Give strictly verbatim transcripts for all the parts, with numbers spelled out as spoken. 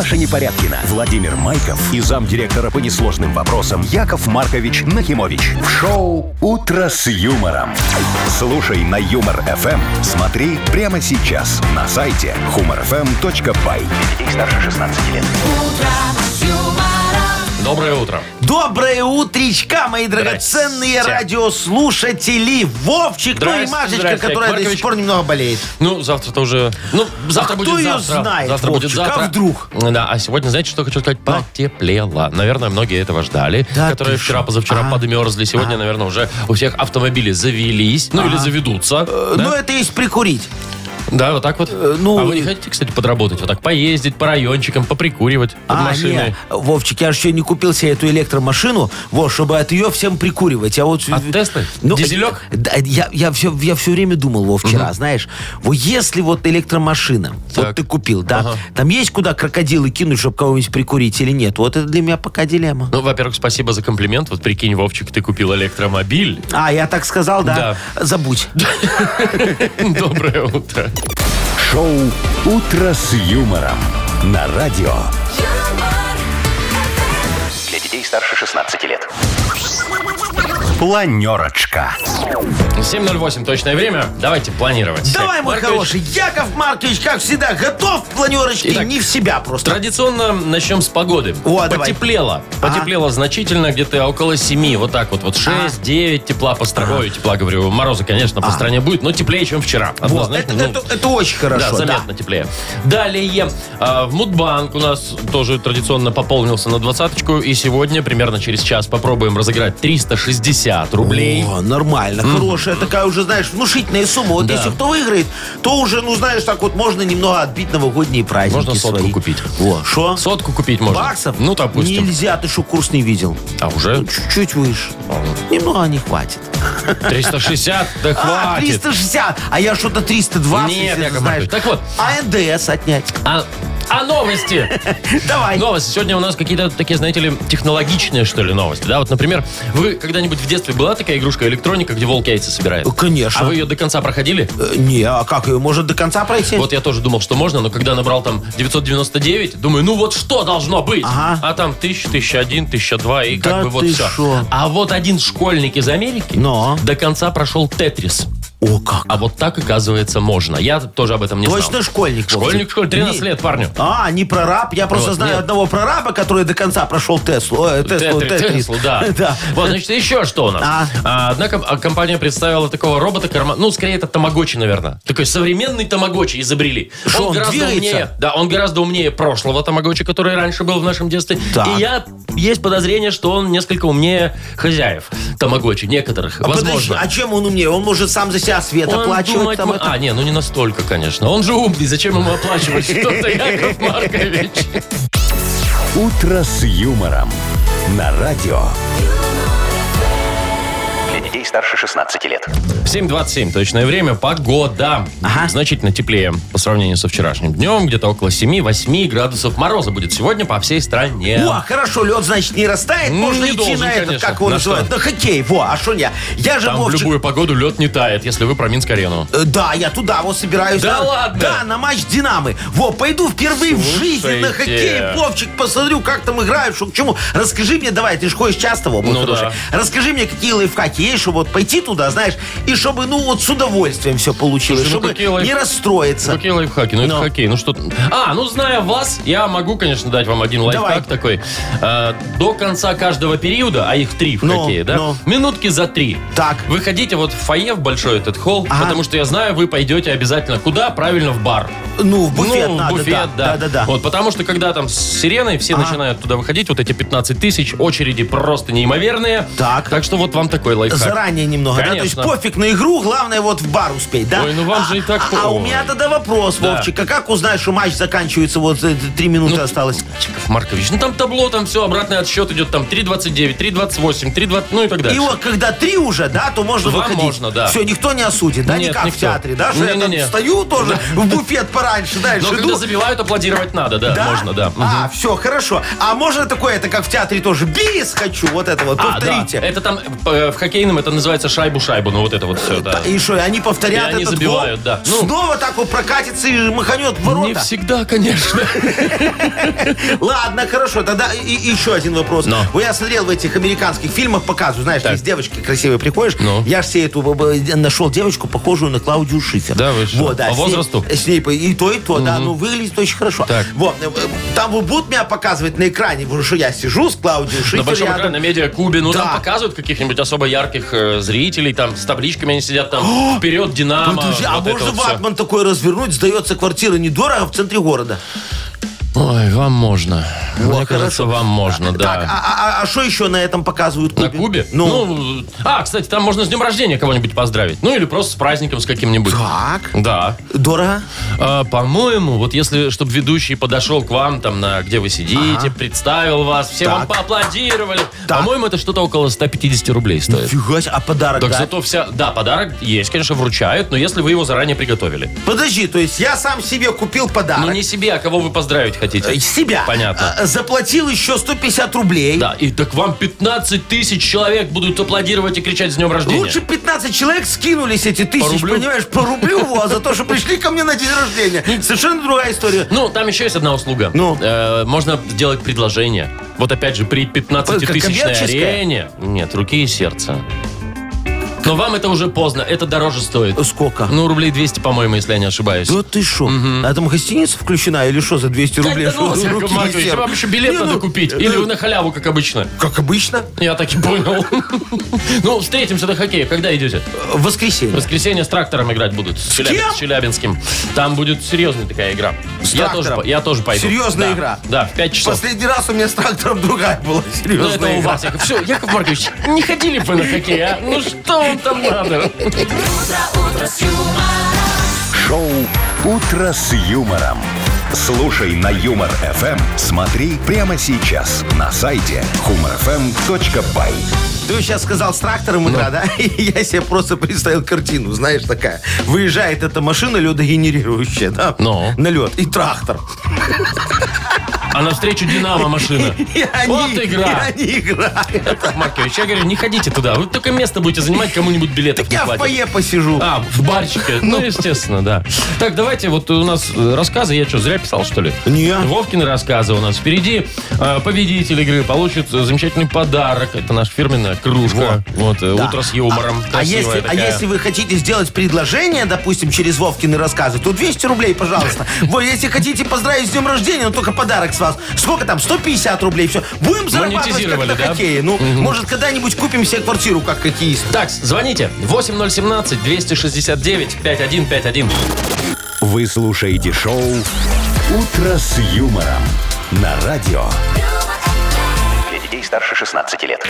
Маша Непорядкина, Владимир Майков и замдиректора по несложным вопросам Яков Маркович Нахимович. В шоу «Утро с юмором». Слушай на Юмор-ФМ. Смотри прямо сейчас на сайте humor эф эм точка бай. Для детей старше шестнадцати лет. Доброе утро. Доброе утречка, мои драгоценные Здрасте. радиослушатели. Вовчик, ну и Здрасте, Машечка, здрасте, которая Яков до сих пор немного болеет. Ну, завтра-то уже... Ну, завтра А будет кто её завтра. знает, завтра будет Вовчик, а завтра. вдруг? Да, а сегодня, знаете, что хочу сказать? Потеплело. Наверное, многие этого ждали. Да которые ты вчера, шо? позавчера А. подмерзли. Сегодня, А. наверное, уже у всех автомобили завелись. Ну, или заведутся. Э, да? Ну, это есть прикурить. Да, вот так вот. ну, а вы не хотите, кстати, подработать? Вот так поездить по райончикам, поприкуривать под А, машиной? не, Вовчик, я же еще не купил себе эту электромашину, вот, чтобы от ее всем прикуривать. Я вот, От Теслы? Ну, Дизелек? Да, я, я, все, я все время думал, Вов, вчера, знаешь, вот если вот электромашина, Так. вот ты купил, да, Ага. там есть куда крокодилы кинуть, чтобы кого-нибудь прикурить или нет? Вот это для меня пока дилемма. Ну, во-первых, спасибо за комплимент. Вот прикинь, Вовчик, ты купил электромобиль. А, я так сказал, да? Забудь. Доброе утро. Шоу «Утро с юмором» на радио. Для детей старше шестнадцати лет. Планерочка. семь ноль восемь точное время. Давайте планировать. Давай, мой Маркович, хороший, Яков Маркович, как всегда, готов к планерочке, Итак, не в себя просто. Традиционно начнем с погоды. О, давай. Потеплело. Потеплело значительно, где-то около семи. Вот так вот. Вот шесть-девять тепла по стране. Ой, тепла, говорю. Морозы, конечно, по стране будет, но теплее, чем вчера. Вот, Однозначно. это, ну, это- это очень хорошо, Да, да. заметно теплее. Далее. а, в Мудбанк у нас тоже традиционно пополнился на двадцаточку. И сегодня, примерно через час, попробуем разыграть триста шестьдесят рублей. О, нормально, хорошая такая уже, знаешь, внушительная сумма. Вот Да. если кто выиграет, то уже, ну, знаешь, так вот можно немного отбить новогодние праздники Можно сотку свои. купить. Во, шо? Сотку купить можно. Баксов? Ну, допустим. Нельзя, ты что, курс не видел? А уже? Ну, чуть-чуть выше. Немного не хватит. триста шестьдесят? Да А, хватит. триста шестьдесят, а я что-то триста двадцать, Нет, если Яков знаешь. Маркович, так вот. А эн дэ эс отнять. А, а новости? Давай. Новости. Сегодня у нас какие-то такие, знаете ли, технологичные, что ли, новости. Да, вот, например, вы когда-нибудь в детстве была такая игрушка электроника, где волк яйца собирает? Конечно. А вы ее до конца проходили? Э, Не, а как ее? Может до конца пройти? Вот я тоже думал, что можно, но когда набрал там девятьсот девяносто девять, думаю, ну вот что должно быть? Ага. А там тысяча, тысяча один, тысяча два и Да как бы вот ты все. шо? А вот один школьник из Америки Но. до конца прошел Тетрис. О, как. А вот так, оказывается, можно. Я тоже об этом не знал. Точно школьник? Школьник, Вовчик? школьник, тринадцать Не- лет парню. А, не прораб. Я просто Вот, знаю нет. одного прораба, который до конца прошел Теслу. Э, Теслу, Тетри- Тетрис. Теслу, да. Да. Вот, значит, еще что у нас? А. А, одна ком- а, компания представила такого робота, карма- ну, скорее, это тамагочи, наверное. Такой современный тамагочи изобрели. Шо, он гораздо двигается? умнее. Да, он гораздо умнее прошлого тамагочи, который раньше был в нашем детстве. Так. И я есть подозрение, что он несколько умнее хозяев тамагочи, некоторых. А подожди, Возможно. а чем он умнее? Он может сам за себя свет Он оплачивать. думать Там мо- это. А, не, ну не настолько, конечно. Он же умный, зачем ему оплачивать что-то, Яков Маркович? «Утро с юмором» на радио. Для детей старше шестнадцати лет. семь двадцать семь точное время. Погода. Ага. Значительно теплее по сравнению со вчерашним днем. Где-то около семи-восьми градусов мороза будет сегодня по всей стране. О, хорошо, лед, значит, не растает. Ну, Можно не идти должен, на этот, конечно. как его На называют, что? на хоккей. Во, а что я? Я же, Там в Вовчик, любую погоду лед не тает, если вы про Минск-арену. Э, Да, я туда вот собираюсь. Да на- ладно? Да, на матч «Динамы». Во, пойду впервые в жизни на Слушайте. хоккей. Вовчик, посмотрю, как там играют, что к чему. Расскажи мне, давай, ты же ходишь часто, Вов, мой Ну хороший. Расскажи мне, какие лайфхаки есть, чтобы вот пойти туда, знаешь, и чтобы, ну, вот с удовольствием все получилось, Слушай, ну чтобы какие лайф- не расстроиться. Какие лайфхаки? Ну, это Ну. хоккей. Ну, что... А, ну, зная вас, я могу, конечно, дать вам один лайфхак Давай. такой. А, до конца каждого периода, а их три в Ну, хоккее, да? ну. Минутки за три. Так. Выходите вот в фойе, в большой этот холл, Ага. потому что я знаю, вы пойдете обязательно куда? Правильно, в бар. Ну, в буфет ну, в надо, буфет, да. да. Да-да-да. Вот, потому что когда там с сиреной все Ага. начинают туда выходить, вот эти пятнадцать тысяч, очереди просто неимоверные. Так. Так что вот вам такой лайфхак. Заранее немного, да? То есть Конечно. пофиг на игру, главное вот в бар успеть, да? Ой, ну вам а, же и так А, а у ой. меня тогда вопрос, Да. Вовчик, а как узнаешь, что матч заканчивается, вот э, три минуты Ну, осталось? Яков Маркович, ну там табло, там все, обратный отсчет идет, там три двадцать девять, три двадцать восемь, три двадцать, ну и так далее. И вот когда три уже, да, то можно Вам выходить. можно, да. Все, никто не осудит, да, Нет, не как никто. в театре, да, что я там Не-не-не. стою тоже в буфет по пораньше, знаешь, Но иду. когда забивают, аплодировать надо, да, можно, да. А, все, хорошо. А можно такое, это как в театре тоже, бис хочу, вот это вот, А, повторите. да. Это там э, в хоккейном это называется шайбу-шайбу, ну вот это вот все, да. И что, они повторят И они этот забивают, гол? да. Ну, Снова так вот прокатится и маханет в ворота? Не всегда, конечно. Ладно, хорошо, тогда и, и еще один вопрос. Но. Вот я смотрел в этих американских фильмах, показывают, знаешь, Так. ты с девочкой красивой приходишь, Ну. я ж себе эту э, нашел девочку, похожую на Клаудию Шифер. Да, вы что? Вот, да, По с ней- возрасту? С ней, по- и то, и то, да, ну выглядит очень хорошо. Так. Вот, э, э, там вот будут меня показывать на экране, потому что я сижу с Клаудией Шифер На большом рядом. экране, на медиакубе, ну Да. там показывают каких-нибудь особо ярких э, зрителей, там с табличками они сидят, там вперед Динамо. Подожди, а вот это можно вот всё. ватман такой развернуть? Сдается квартира недорого в центре города. Ой, вам можно. Вот, Мне кажется, хорошо. вам можно, Так, да. а что еще на этом показывают На Кубе? Кубе? Ну, а, кстати, там можно с днем рождения кого-нибудь поздравить. Ну, или просто с праздником с каким-нибудь. так, Да. дорого? А, по-моему, вот если, чтобы ведущий подошел к вам, там, на где вы сидите, представил вас, все вам Так. поаплодировали. Так. По-моему, это что-то около сто пятьдесят рублей стоит. Фига себе, а подарок Так дать? зато вся... Да, подарок есть, конечно, вручают, но если вы его заранее приготовили. Подожди, то есть я сам себе купил подарок. Ну, не себе, а кого вы поздравить хотите. Э, Себя. Понятно. А, заплатил еще сто пятьдесят рублей. Да, и так вам пятнадцать тысяч человек будут аплодировать и кричать с днем рождения. Лучше пятнадцать человек скинулись эти тысячи, рублю? понимаешь, по рублю, во, за то, что пришли ко мне на день рождения. Совершенно другая история. Ну, там еще есть одна услуга. Ну? Э, можно сделать предложение. Вот опять же, при пятнадцатитысячной коммерческое? арене... Нет, руки и сердце. Но вам это уже поздно, это дороже стоит. Сколько? Ну, рублей двести, по-моему, если я не ошибаюсь. Да ты шо? А там гостиница включена или что за двести рублей? Да ну, Что, Яков руки и Маркович, сердце? вам еще билет Не, надо ну, купить. э, Или вы на халяву, как обычно. Как обычно. Я так и понял. Ну, встретимся на хоккее. Когда идете? В воскресенье. В воскресенье с трактором играть будут. С, Челяб- кем? с Челябинским. Там будет серьезная такая игра. С я, трактором? тоже, по- я тоже пойду. Серьезная Да. игра? Да, в пять часов. Последний раз у меня с трактором другая была Ну, серьезная это у игра. вас, Яков. Все, Яков Маркович, не ходили бы вы на хоккей, а? Ну, что вам там надо? Шоу «Утро с юмором». Слушай на Юмор эф эм. Смотри прямо сейчас на сайте humor f m точка by. Ты сейчас сказал с трактором игра, да? И я себе просто представил картину, знаешь, такая. Выезжает эта машина ледогенерирующая, да? Ну? На лед. И трактор. А навстречу Динамо машина. И они, Вот игра. И они играют. Яков Маркович, я говорю, не ходите туда. Вы только место будете занимать, кому-нибудь билетов не Я в хватит. фойе посижу. А, в барчике. Ну, естественно, да. Так, давайте, вот у нас э, рассказы. Я что, зря писал, что ли? Не. Вовкины рассказы у нас впереди. Э, Победитель игры получит э, замечательный подарок. Это наша фирменная кружка. Вот, э, Да. утро с юмором. А, а Красивая если, а такая. если вы хотите сделать предложение, допустим, через Вовкины рассказы, то двести рублей, пожалуйста. Вот, если хотите поздравить с днем рождения, ну только подарок с вас. Сколько там? сто пятьдесят рублей. Все. Будем зарабатывать как Монетизировали, на да? хоккее. Ну, может, когда-нибудь купим себе квартиру, как хоккеист. Так, звоните. восемь ноль семнадцать двести шестьдесят девять пятьдесят один пятьдесят один. Вы слушаете шоу «Утро с юмором» на радио. Для детей старше шестнадцати лет.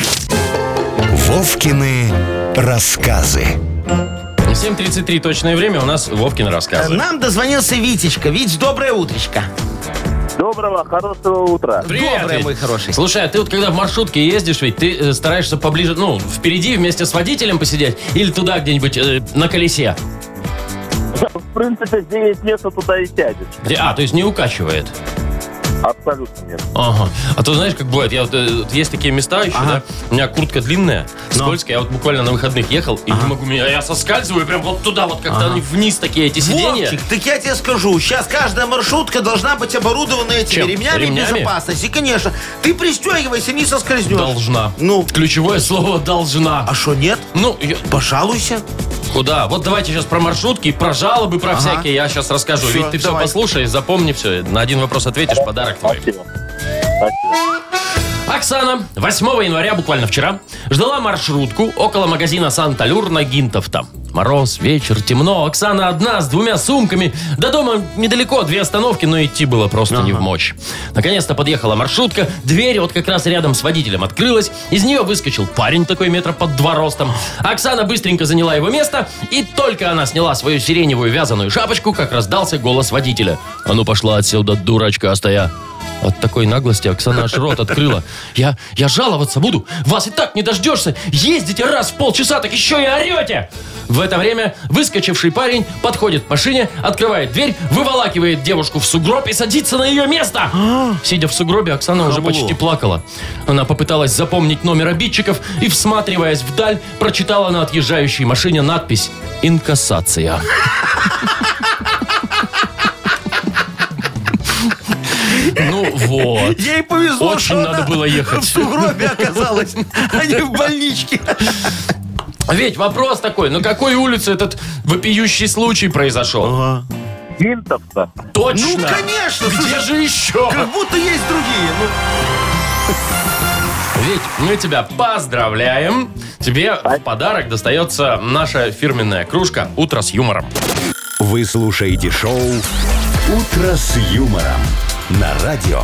Вовкины рассказы. семь тридцать три точное время, у нас Вовкины рассказы. Нам дозвонился Витечка. Вить, доброе утречко. Доброго, хорошего утра. Привет, Доброе, Вить. мой хороший. Слушай, а ты вот когда в маршрутке ездишь, ведь ты э, стараешься поближе, ну, впереди вместе с водителем посидеть или туда где-нибудь э, на колесе? В принципе, где есть место, туда и сядешь. Где, а, то есть не укачивает. Абсолютно нет. Ага. А то знаешь, как бывает, я вот, э, вот есть такие места еще, Ага. да, у меня куртка длинная, скользкая, я вот буквально на выходных ехал, и не могу, меня, я соскальзываю прям вот туда, вот как-то они вниз такие эти сиденья. Вовчик, так я тебе скажу, сейчас каждая маршрутка должна быть оборудована этими Чем? ремнями, Ремнями? безопасности. Конечно. Ты пристегивайся, не соскользнешь. Должна. Ну, Ключевое слово «должна». а что, нет? Ну, я- Пожалуйся. куда? Вот давайте сейчас про маршрутки, про жалобы, про всякие я сейчас расскажу. Всё, Ведь ты все давай. послушай, запомни все. На один вопрос ответишь, подарок твой. Спасибо. Спасибо. Оксана восьмого января, буквально вчера, ждала маршрутку около магазина Санта-Люр на Гинтов-то. Мороз, вечер, темно. Оксана одна с двумя сумками. До дома недалеко, две остановки, но идти было просто не в мочь. Наконец-то подъехала маршрутка. Дверь вот как раз рядом с водителем открылась. Из нее выскочил парень такой метра под два ростом. Оксана быстренько заняла его место. И только она сняла свою сиреневую вязаную шапочку, как раздался голос водителя. «А ну пошла отсюда, дурачка стоя!» От такой наглости Оксана аж рот открыла. Я, я жаловаться буду? Вас и так не дождешься. Ездите раз в полчаса, так еще и орете. В это время выскочивший парень подходит к машине, открывает дверь, выволакивает девушку в сугроб и садится на ее место. Сидя в сугробе, Оксана уже почти плакала. Она попыталась запомнить номер обидчиков и, всматриваясь вдаль, прочитала на отъезжающей машине надпись «Инкассация». Ну вот. Ей повезло, Очень что надо она было ехать. в сугробе оказалась, а не в больничке. Ведь вопрос такой, на какой улице этот вопиющий случай произошел? Гинтов-то. Точно! Ну, конечно. Где слушай, же еще? как будто есть другие. Ну, Ведь мы тебя поздравляем. Тебе в подарок достается наша фирменная кружка «Утро с юмором». Вы слушаете шоу «Утро с юмором» на радио.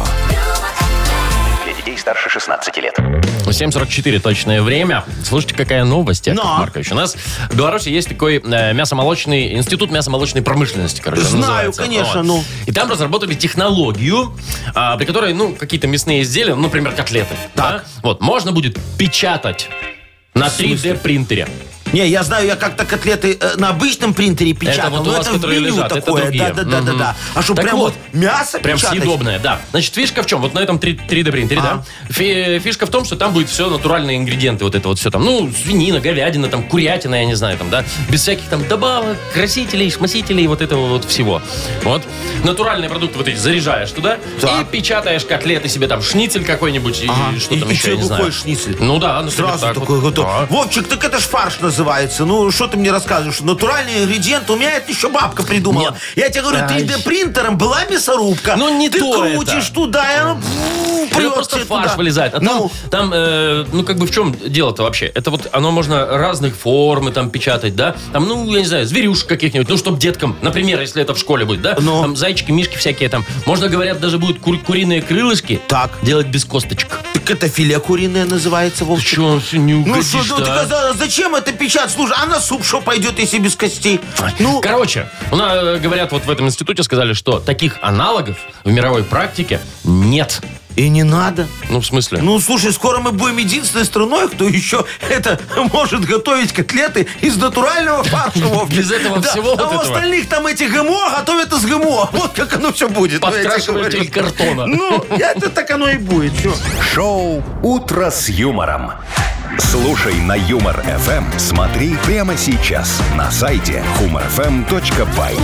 Для детей старше шестнадцати лет. семь сорок четыре точное время. Слушайте, какая новость, Яков Но. Маркович. У нас в Беларуси есть такой э, мясомолочный, институт мясомолочной промышленности, короче, Знаю, называется. конечно, Вот. ну. И там разработали технологию, а, при которой, ну, какие-то мясные изделия, ну, например, котлеты. Так. Да, вот, можно будет печатать на три дэ принтере. не, я знаю, я как-то котлеты э, на обычном принтере печатал. вот у но вас, это в которые меню лежат, это такое. другие. Да, да, да, да, Мгм. да. А что, Так прям вот, вот мясо Прям печатать? съедобное, да. Значит, фишка в чем? Вот на этом три дэ принтере, Ага. да? Фи- Фишка в том, что там будет все натуральные ингредиенты, вот это вот все там, ну, свинина, говядина, там, курятина, я не знаю, там, да, без всяких там добавок, красителей, шмасителей, вот этого вот всего. Вот. Натуральные продукты вот эти заряжаешь туда Так. и печатаешь котлеты себе, там, шницель какой-нибудь Ага. и что И- там и еще, что, я не знаю. выходит шницель? Ну да, например, Сразу так такой вот. готов. Да. Вовчик, так это ж фарш называется. Ну, что ты мне рассказываешь? Натуральный ингредиент у меня это еще бабка придумала. Нет. Я тебе говорю, Ай. три дэ принтером была мясорубка. Ну, не ты то крутишь это. туда, и оно фу, Это прет просто тебе фарш туда. вылезает. А там, Ну, там э, ну, как бы в чем дело-то вообще? Это вот оно можно разных формы там печатать, да? Там, ну, я не знаю, зверюшек каких-нибудь, ну, чтобы деткам, например, если это в школе будет, да? Ну. Там зайчики, мишки всякие там. Можно, говорят, даже будут кури- куриные крылышки Так. делать без косточек. так это филе куриное называется, Вовчик. Че, он все не Ну угодишь, что, ну, да? так, а зачем это печатать? Слушай, а на суп что пойдет, если без костей? Ну, Короче, у нас, э, говорят, вот в этом институте сказали, что таких аналогов в мировой практике нет. и не надо. Ну, в смысле? Ну, слушай, скоро мы будем единственной страной, кто еще это может готовить котлеты из натурального фарша, Вовчик. Без этого Да, всего а вот у этого. остальных там эти ГМО готовят из ГМО. Вот как оно все будет. ну, я тебе Подкрашиватель говорю. картона. Ну, я- это так оно и будет. Чё? Шоу «Утро с юмором». Слушай на Юмор эф эм. Смотри прямо сейчас на сайте humor f m точка by.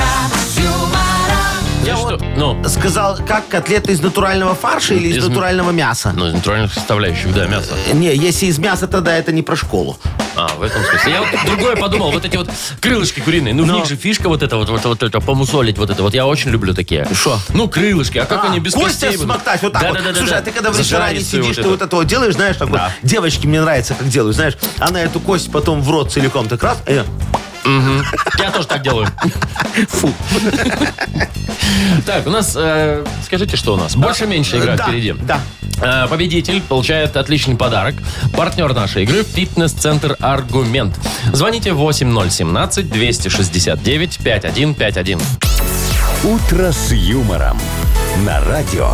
Я что? Ну, Сказал, как котлеты из натурального фарша или из, Из м- натурального мяса? ну, из натуральных составляющих, да, мясо. Не, если из мяса, тогда это не про школу. А, в этом смысле. Я вот другое подумал. Вот эти вот крылышки куриные. Ну, в Но. них же фишка вот эта вот, вот, вот это, помусолить вот это. Вот я очень люблю такие. Шо? Ну, крылышки. А как А, они без костя костей будут? смоктать вот так вот. Да-да-да-да. Слушай, а ты когда в ресторане Зажаристую сидишь, вот ты эту. вот это вот делаешь, знаешь, так Да. вот. Девочке мне нравится, как делают, знаешь. Она эту кость потом в рот целиком так раз. э, Я тоже так делаю. Фу. Так, у нас, э, скажите, что у нас? Больше-меньше игра Да, впереди. Да. Э, Победитель получает отличный подарок. Партнер нашей игры – фитнес-центр «Аргумент». Звоните восемь ноль один семь двести шестьдесят девять пятьдесят один пятьдесят один. «Утро с юмором» на радио.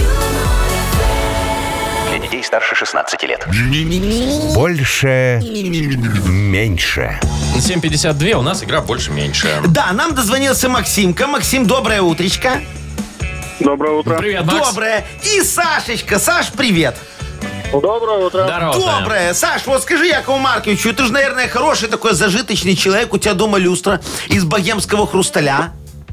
Для детей старше шестнадцати лет. Больше. Меньше. семь пятьдесят два у нас игра больше-меньше. Да, нам дозвонился Максимка. Максим, доброе утречко. Доброе утро. Привет, Макс. Доброе. И Сашечка. Саш, привет. Доброе утро. Здорово, Саня. Доброе. Саш, вот скажи Якову Марковичу, ты же, наверное, хороший такой зажиточный человек. У тебя дома люстра из богемского хрусталя.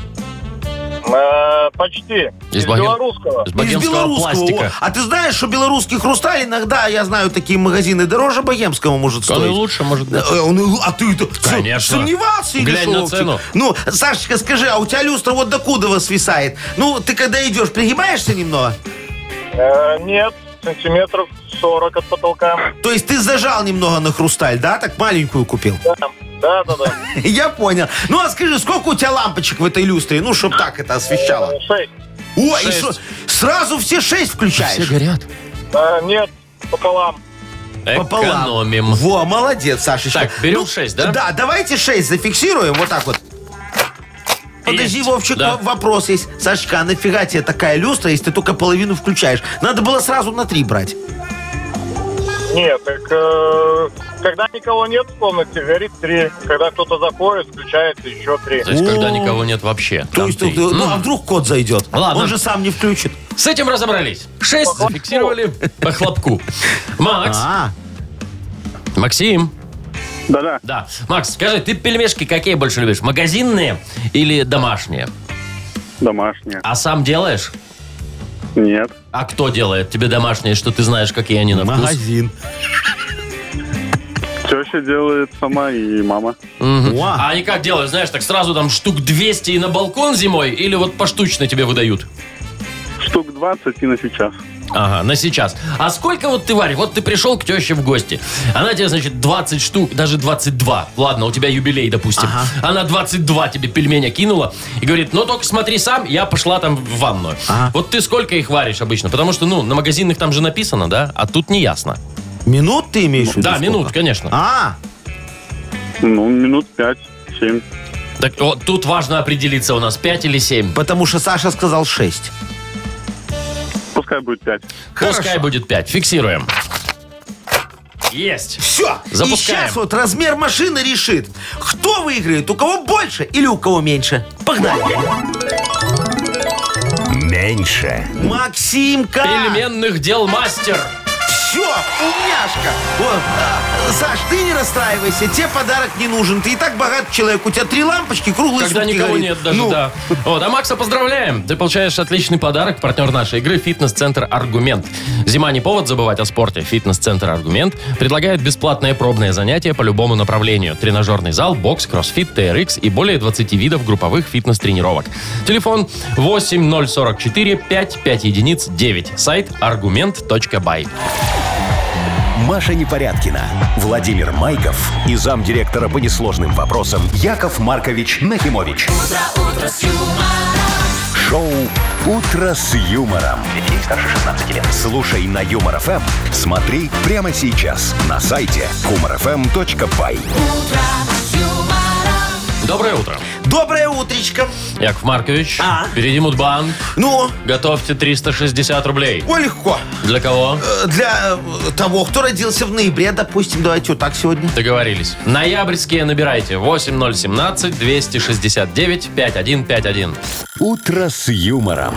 Э, почти. Из, богем- белорусского. Из Из богемского белорусского. пластика. О. А ты знаешь, что белорусский хрусталь иногда, я знаю, такие магазины дороже богемского может Он и стоить. лучше, может быть. Э, он и- А ты Конечно. сомневался или Глянь что, на Вовчик? цену. Ну, Сашечка, скажи, а у тебя люстра вот докуда вас свисает? Ну, ты когда идешь, пригибаешься немного? Э, нет, сантиметров сорок от потолка. То есть ты зажал немного на хрусталь, да? Так маленькую купил. Да, да, да. да. Я понял. Ну, а скажи, сколько у тебя лампочек в этой люстре? Ну, чтоб так это освещало. Э, Шесть. Ой, и шесть. что, сразу все шесть включаешь? Все горят. Э, нет, пополам. Пополам. Экономим. Во, молодец, Сашечка. Так, берем шесть, да? Да, давайте шесть зафиксируем, вот так вот. Подожди, Есть. Вовчик, Да. в- вопрос есть. Сашечка, а нафига тебе такая люстра, если ты только половину включаешь? Надо было сразу на три брать. Нет, так э, Когда никого нет в комнате, горит три. Когда кто-то заходит, включается еще три. То есть, когда О. никого нет вообще. То там есть, ты. ну, М. а вдруг кот зайдет? Ладно. Он же сам не включит. С этим разобрались. Шесть зафиксировали по хлопку. Макс. А, Максим. Да-да. Да. Макс, скажи, ты пельмешки какие больше любишь? Магазинные или домашние? Домашняя. А сам делаешь? Нет. А кто делает тебе домашние, что ты знаешь, какие они на вкус? магазин. Теща делает сама и мама. Мгм. О. А они как делают, знаешь, так сразу там штук двести и на балкон зимой, или вот поштучно тебе выдают? Штук двадцать и на сейчас. Ага, на сейчас. А сколько вот ты, Варь, вот ты пришел к теще в гости. Она тебе, значит, двадцать штук, даже двадцать два. Ладно, у тебя юбилей, допустим. Ага. Она двадцать два тебе пельменя кинула и говорит, ну только смотри сам, я пошла там в ванную. Ага. Вот ты сколько их варишь обычно? Потому что, ну, на магазинных там же написано, да? А тут не ясно. Минут ты имеешь в виду? Да, сколько? минут, конечно. А, Ну, минут пять-семь. Так вот, тут важно определиться у нас, пять или семь. потому что Саша сказал шесть. Пускай будет пять. Пускай Хорошо. будет пять. Фиксируем. Есть. Все. Запускаем. И сейчас вот размер машины решит, кто выиграет, у кого больше или у кого меньше. Погнали. Меньше. Максимка. Пельменных дел мастер. Все, умняшка. Вот. а, Саш, ты не расстраивайся, тебе подарок не нужен. Ты и так богатый человек. У тебя три лампочки, круглые Когда сутки никого горит. нет даже, Ну, да. Вот, а Макса поздравляем. Ты получаешь отличный подарок. Партнер нашей игры — фитнес-центр «Аргумент». Зима не повод забывать о спорте. Фитнес-центр «Аргумент» предлагает бесплатные пробные занятия по любому направлению. Тренажерный зал, бокс, кроссфит, тэ эр икс и более двадцати видов групповых фитнес-тренировок. Телефон восемь ноль сорок четыре пять пять единиц девять. Сайт аргумент точка бай. Маша Непорядкина, Владимир Майков и замдиректора по несложным вопросам Яков Маркович Нахимович. Шоу «Утро с юмором». Для детей старше шестнадцати лет. Слушай на Юмор ФМ, смотри прямо сейчас на сайте юмор эф эм точка бай. Доброе утро. Доброе утречко. Яков Маркович, А? впереди Мудбанк. Ну, Готовьте триста шестьдесят рублей. о, легко. Для кого? Э, Для э, того, кто родился в ноябре, допустим, давайте вот так сегодня. Договорились. Ноябрьские набирайте. восемь ноль один семь двести шестьдесят девять пятьдесят один пятьдесят один. «Утро с юмором».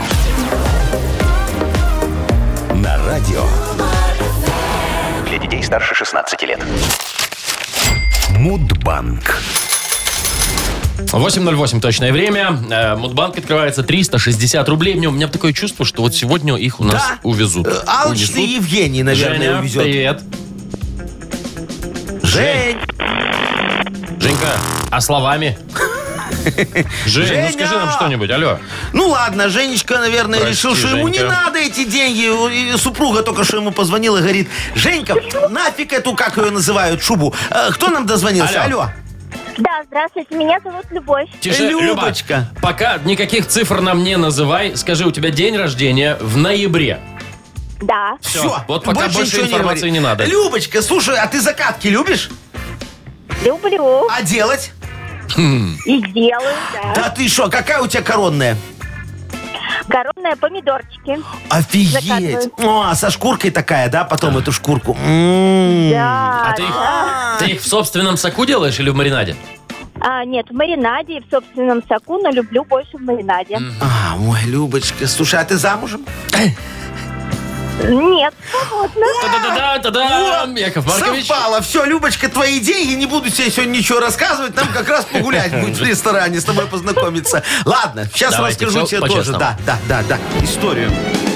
На радио Для детей старше шестнадцати лет. Мудбанк. восемь ноль восемь точное время. Э, Мудбанк открывается, триста шестьдесят рублей. В нем у меня такое чувство, что вот сегодня их у нас Да. увезут. Э, Алчный Унесут. Евгений, наверное, Женя, увезет. привет. Жень. Женька, а словами? Жень, Женя! ну скажи нам что-нибудь, алло. Ну ладно, Женечка, наверное, Прости, решил, что ему не Женька. надо эти деньги. И супруга только что ему позвонила и говорит: Женька, нафиг эту, как ее называют, шубу. Э, Кто нам дозвонился? Алло. Алло. Да, здравствуйте, меня зовут Любовь. Тише, Любочка. Люба, пока никаких цифр нам не называй. Скажи, у тебя день рождения в ноябре. Да. Всё, вот пока больше ничего информации говори. не надо. Любочка, слушай, а ты закатки любишь? Люблю. А делать? И делаю, да. Да ты что, какая у тебя коронная? Коронные помидорчики. Офигеть. Закатываю. О, со шкуркой такая, да, потом эту шкурку. М. Да. А ты их, да. ты их в собственном соку делаешь или в маринаде? А, нет, в маринаде и в собственном соку, но люблю больше в маринаде. А, ой, Любочка, слушай, а ты замужем? Нет, свободно. Та-да-да-да, та-да! Яков Маркович. Совпало. Все, Любочка, твои деньги. Не буду тебе сегодня ничего рассказывать. Нам как раз погулять будет в ресторане, с тобой познакомиться. Ладно, сейчас Давайте, расскажу всё тебе тоже. по-честному. Да, да, да, да. Историю.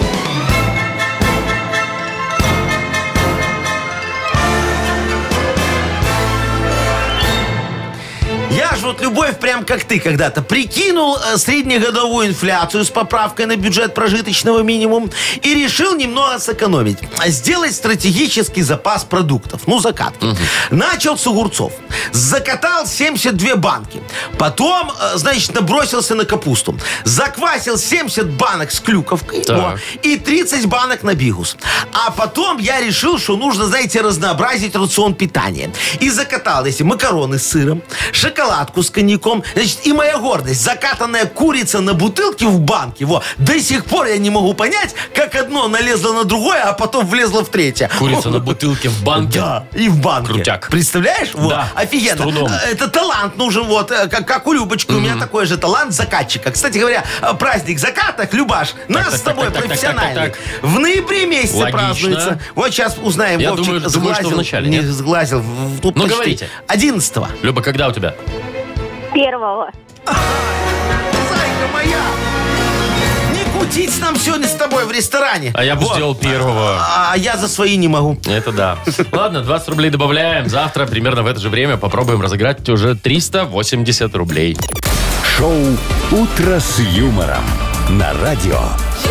Я ж вот, Любовь, прям как ты когда-то прикинул э, среднегодовую инфляцию с поправкой на бюджет прожиточного минимума и решил немного сэкономить. Сделать стратегический запас продуктов. Ну, закатки. Начал с огурцов. Закатал семьдесят две банки. Потом, э, значит, набросился на капусту. Заквасил семьдесят банок с клюковкой. Так. О, и тридцать банок на бигус. А потом я решил, что нужно, знаете, разнообразить рацион питания. И закатал, если макароны с сыром, шоколад, шоколадку с коньяком. Значит, и моя гордость, закатанная курица на бутылке в банке. Во, до сих пор я не могу понять, как одно налезло на другое, а потом влезло в третье. Курица на бутылке в банке. Да, и в банке. Крутяк. Представляешь? Вот, Да, офигенно. с трудом. Это талант нужен, вот, э, как, как у Любочки. У меня такой же талант закатчика. Кстати говоря, э, праздник заката, Любаш, нас так, с тобой так, так, так, профессиональный. так, так, В ноябре месяце Логично. празднуется. Вот сейчас узнаем, Я Вовчик думаю, думаю, что сглазил, в начале, не нет? сглазил. В- Тут Ну, почти. говорите. одиннадцатого. Люба, когда у тебя? Первого. Зайка моя! Не кутить нам сегодня с тобой в ресторане. А я бы Вот. сделал первого. А я за свои не могу. Это да. Ладно, двадцать рублей добавляем. Завтра примерно в это же время попробуем разыграть уже триста восемьдесят рублей. Шоу «Утро с юмором» на радио.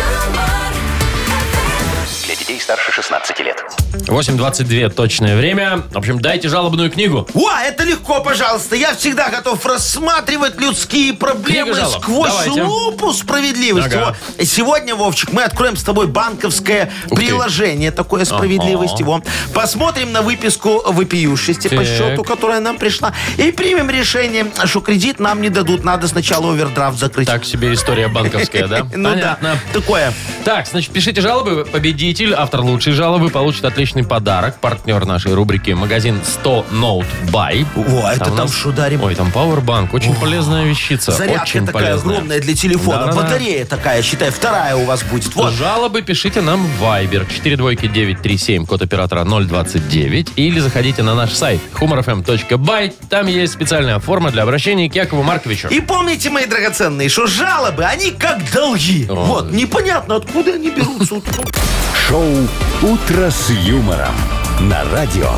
Для детей старше шестнадцати лет. восемь двадцать два точное время. В общем, дайте жалобную книгу. О, это легко, пожалуйста. Я всегда готов рассматривать людские проблемы Книга жалоб. сквозь Давайте. лупу справедливости. Ага. Во. Сегодня, Вовчик, мы откроем с тобой банковское Ух ты. приложение такое справедливости. Во. Посмотрим на выписку вопиющести по Так. счету, которая нам пришла. И примем решение, что кредит нам не дадут. Надо сначала овердрафт закрыть. Так себе история банковская, да? Ну Понятно. да, такое. Так, значит, пишите жалобы. Победитель, автор лучшей жалобы, получит отличный подарок. Партнер нашей рубрики магазин сто Note Buy. О, это у там нас- что дарим? Ой, там Powerbank. Очень полезная вещица. Зарядка Очень такая полезная. огромная для телефона. Да-да-да. Батарея такая, считай, вторая у вас будет. Вот. Жалобы пишите нам в Viber четыре двойки девять три семь, код оператора ноль двадцать девять, или заходите на наш сайт humor f m точка by. Там есть специальная форма для обращения к Якову Марковичу. И помните, мои драгоценные, что жалобы, они как долги. О. Вот, непонятно, откуда они берутся. Шоу «Утро с юмором» на радио.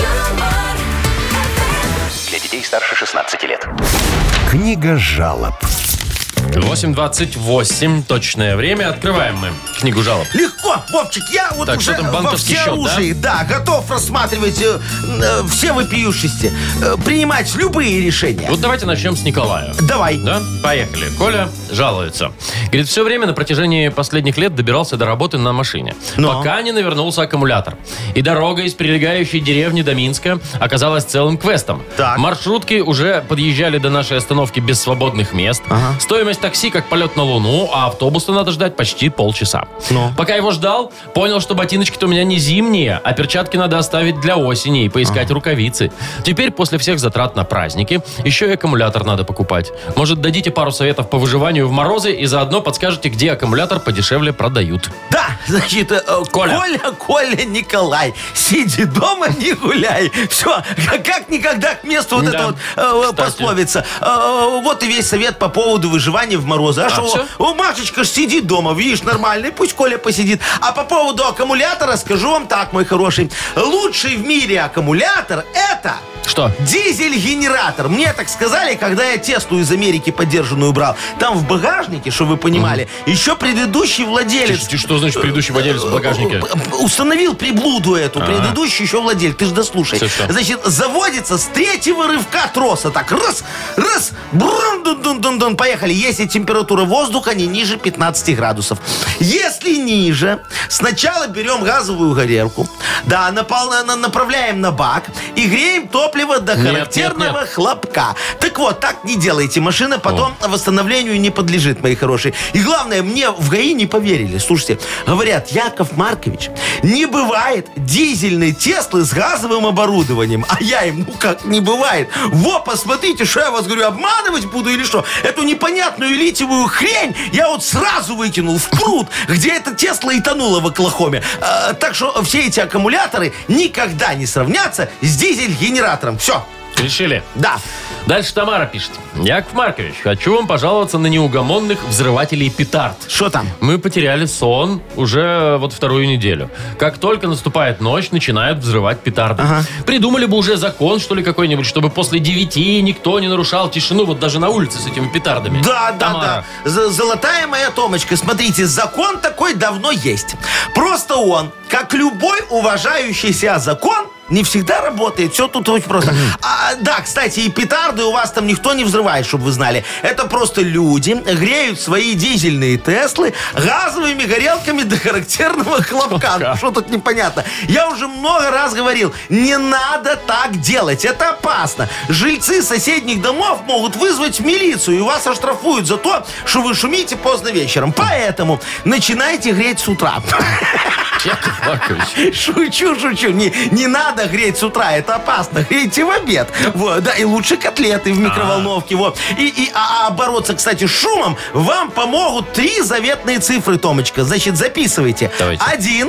Для детей старше шестнадцати лет. Книга жалоб. восемь двадцать восемь точное время. Открываем мы книгу жалоб. Легко, Вовчик, я вот Так, уже что там, во банковский счет, всеоружии, да? готов рассматривать э, э, все вопиющести, э, принимать любые решения. Вот давайте начнем с Николая. Давай. Да? Поехали. Коля жалуется. Говорит, все время на протяжении последних лет добирался до работы на машине. Но. Пока не навернулся аккумулятор. И дорога из прилегающей деревни до Минска оказалась целым квестом. Так. Маршрутки уже подъезжали до нашей остановки без свободных мест. Ага. Стоимость такси как полет на Луну, а автобуса надо ждать почти полчаса. Но. Пока его ждал, понял, что ботиночки-то у меня не зимние, а перчатки надо оставить для осени и поискать рукавицы. Теперь, после всех затрат на праздники, еще и аккумулятор надо покупать. Может, дадите пару советов по выживанию в морозы и заодно подскажете, где аккумулятор подешевле продают. Да, значит, э, э, Коля. Коля, Коля, Николай, сиди дома, не гуляй. Все, как никогда к месту вот Да. эта вот э, Кстати. пословица. Э, вот и весь совет по поводу выживания в морозы. А что, всё? о, Машечка ж сидит дома, видишь, нормально, пусть Коля посидит. А по поводу аккумулятора скажу вам так, мой хороший. Лучший в мире аккумулятор это... Что? Дизель-генератор. Мне так сказали, когда я Теслу из Америки подержанную брал. Там в багажнике, чтобы вы понимали, еще предыдущий владелец... Ты что значит предыдущий владелец в багажнике? Установил приблуду эту, А. предыдущий еще владелец. Ты ж дослушай. Всё, всё. Значит, заводится с третьего рывка троса. Так, раз, раз, брун, дун, дун, дун, дун, поехали. Если температура воздуха не ниже пятнадцати градусов. Если ниже, сначала берем газовую горелку, да, напал- на- направляем на бак и греем топливо до Нет, характерного нет, нет. хлопка. Так вот, так не делайте. Машина потом восстановлению не подлежит, мои хорошие. И главное, мне в ГАИ не поверили. Слушайте, говорят, Яков Маркович, не бывает дизельной Теслы с газовым оборудованием. А я им, ну как не бывает? Во, посмотрите, что я вас говорю, обманывать буду или что? Эту непонятную литиевую хрень я вот сразу выкинул в пруд, где эта Тесла и тонула в Оклахоме. А, так что все эти аккумуляторы никогда не сравнятся с дизель-генератором. Все. Решили? Да. Дальше Тамара пишет. Яков Маркович, хочу вам пожаловаться на неугомонных взрывателей петард. Что там? Мы потеряли сон уже вот вторую неделю. Как только наступает ночь, начинают взрывать петарды. Ага. Придумали бы уже закон, что ли, какой-нибудь, чтобы после девяти никто не нарушал тишину, вот даже на улице с этими петардами. Да, да, Тамара. да. З- Золотая моя Томочка, смотрите, закон такой давно есть. Просто он, как любой уважающий себя закон, не всегда работает. Все тут очень просто. А, да, кстати, и петарды у вас там никто не взрывает, чтобы вы знали. Это просто люди греют свои дизельные Теслы газовыми горелками до характерного хлопка. Ну, что тут непонятно? Я уже много раз говорил, не надо так делать. Это опасно. Жильцы соседних домов могут вызвать милицию, и вас оштрафуют за то, что вы шумите поздно вечером. Поэтому начинайте греть с утра. Яков Маркович. Шучу, шучу. Не, не надо греть с утра, это опасно. Грейте в обед. Вот, да, и лучше котлеты в микроволновке. Вот. И, и, а, а бороться, кстати, с шумом вам помогут три заветные цифры, Томочка. Значит, записывайте. Давайте. Один,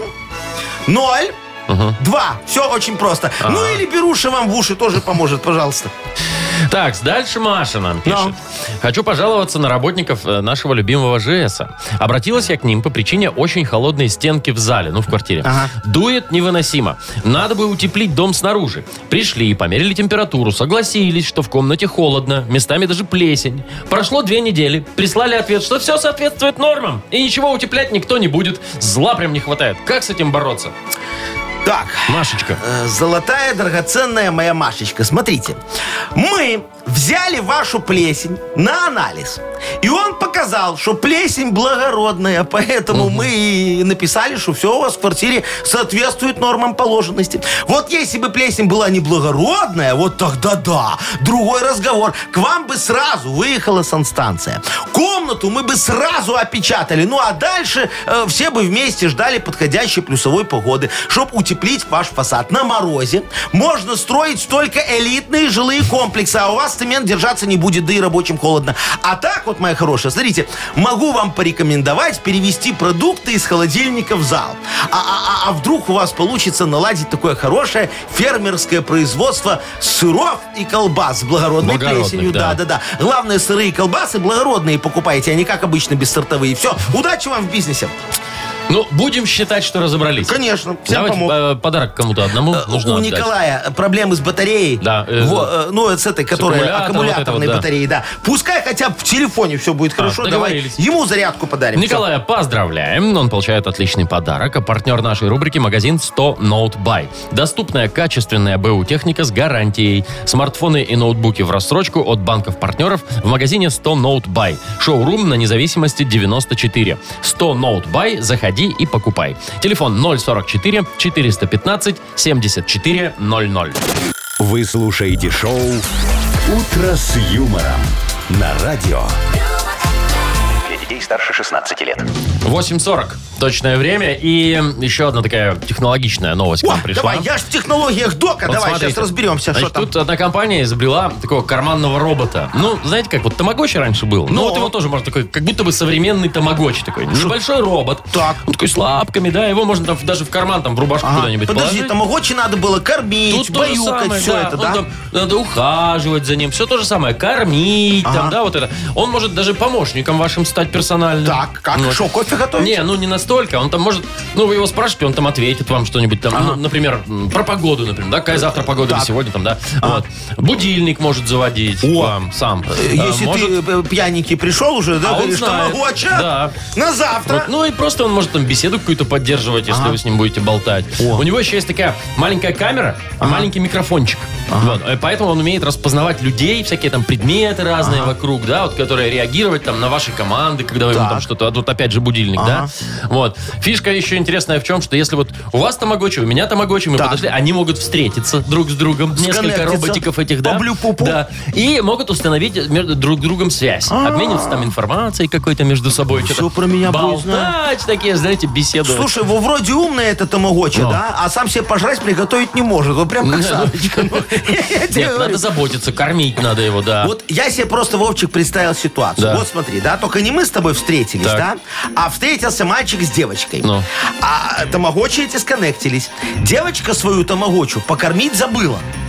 ноль, Угу. два. Все очень просто. Ага. Ну или беруши вам в уши тоже поможет, пожалуйста. Так, дальше Маша нам пишет. Ну? Хочу пожаловаться на работников э, нашего любимого ЖЭСа. Обратилась я к ним по причине очень холодной стенки в зале, ну, в квартире. Ага. Дует невыносимо. Надо бы утеплить дом снаружи. Пришли, померили температуру, согласились, что в комнате холодно, местами даже плесень. Прошло две недели, прислали ответ, что все соответствует нормам, и ничего утеплять никто не будет. Зла прям не хватает. Как с этим бороться? Так. Машечка. Э, Золотая, драгоценная моя Машечка, смотрите. Мы взяли вашу плесень на анализ. И он показал, что плесень благородная. Поэтому мы и написали, что все у вас в квартире соответствует нормам положенности. Вот если бы плесень была не благородная, вот тогда да. Другой разговор. К вам бы сразу выехала санстанция. Комнату мы бы сразу опечатали. Ну а дальше э, все бы вместе ждали подходящей плюсовой погоды, чтобы утеплить ваш фасад. На морозе можно строить только элитные жилые комплексы, а у вас цемент держаться не будет, да и рабочим холодно. А так вот, моя хорошая, смотрите, могу вам порекомендовать перевести продукты из холодильника в зал. А, а, а вдруг у вас получится наладить такое хорошее фермерское производство сыров и колбас с благородной Благородных, плесенью. да. Да, да, да. Главное, сырые колбасы благородные покупайте, а не как обычно бессортовые. Все, удачи вам в бизнесе. Ну, будем считать, что разобрались. Конечно, всем Давайте помог. э, подарок кому-то одному Э, нужно У отдать. Николая проблемы с батареей. Да, э, Во, э, ну, это с этой, которая аккумулятор, аккумуляторной вот это вот, да. батареей, да. Пускай хотя бы в телефоне все будет хорошо. Давай договорились. ему зарядку подарим. Николая поздравляем. Он получает отличный подарок. А партнер нашей рубрики — магазин сто Note Buy. Доступная качественная БУ техника с гарантией. Смартфоны и ноутбуки в рассрочку от банков-партнеров в магазине сто Note Buy. Шоурум на Независимости девяносто четыре. сто Note Buy. Заходи и покупай. Телефон ноль сорок четыре четыреста пятнадцать семьдесят четыре ноль ноль. Вы слушаете шоу «Утро с юмором» на радио. Для детей старше шестнадцати лет. восемь сорок. Точное время. И еще одна такая технологичная новость к О, нам пришла. давай, я ж в технологиях дока. Вот Давай, смотрите. сейчас разберемся, Значит, что там. тут одна компания изобрела такого карманного робота. Ну, знаете, как вот тамагочи раньше был. Ну, Но. вот его тоже можно такой, как будто бы современный тамагочи такой. Небольшой робот. Так. Он такой с лапками, да, его можно там даже в карман, там, в рубашку Ага. куда-нибудь Подожди, положить. тамагочи надо было кормить, Тут то же баюкать, самое, все да. это, Он да? там надо ухаживать за ним. Все то же самое. Кормить, там, Ага. да, вот это. Он может даже помощником вашим стать персональным. Так, как? Вот. Что, кофе готовить? Не, ну не настолько. Он там может, ну вы его спрашиваете, он там ответит вам что-нибудь там, ну, например, м, про погоду, например, да, какая завтра погода или Так. сегодня там, да. Вот. Будильник может заводить О. вам сам. Э, А, Если может- ты э, пьяненький пришел уже, да, А он говоришь, знает. тамагоча Да. на завтра. Вот, ну и просто он может там беседу какую-то поддерживать, если Ага. вы с ним будете болтать. О. У него еще есть такая маленькая камера и маленький микрофончик. Вот. И поэтому он умеет распознавать людей, всякие там предметы разные вокруг, да, вот, которые реагировать там на ваши команды, когда вы ему Так. там что-то. А тут опять же будильник, Ага. да. Вот. Фишка еще интересная в чем, что если вот у вас тамагочи, у меня тамагочи, мы Так. подошли, они могут встретиться друг с другом. Несколько Сконнектиться. роботиков этих, да. По-блю-пу-пу. Да. И могут установить между друг другом связь. Обмениваться там информацией какой-то между собой. Всё что-то про меня будет знать. болтать, такие, знаете, беседовать. Слушай, во вроде умный это тамагочи, Ну. да? А сам себе пожрать приготовить не может. Вот прям как Не, ну, Сарочка. Ну, я тебе Нет, говорю. надо заботиться, кормить надо его, да. Вот я себе просто, Вовчик, представил ситуацию. Да. Вот смотри, да, только не мы с тобой встретились, Так. да, а встретился мальчик с девочкой. Ну. А тамагочи эти сконнектились. Девочка свою тамагочу покормить забыла.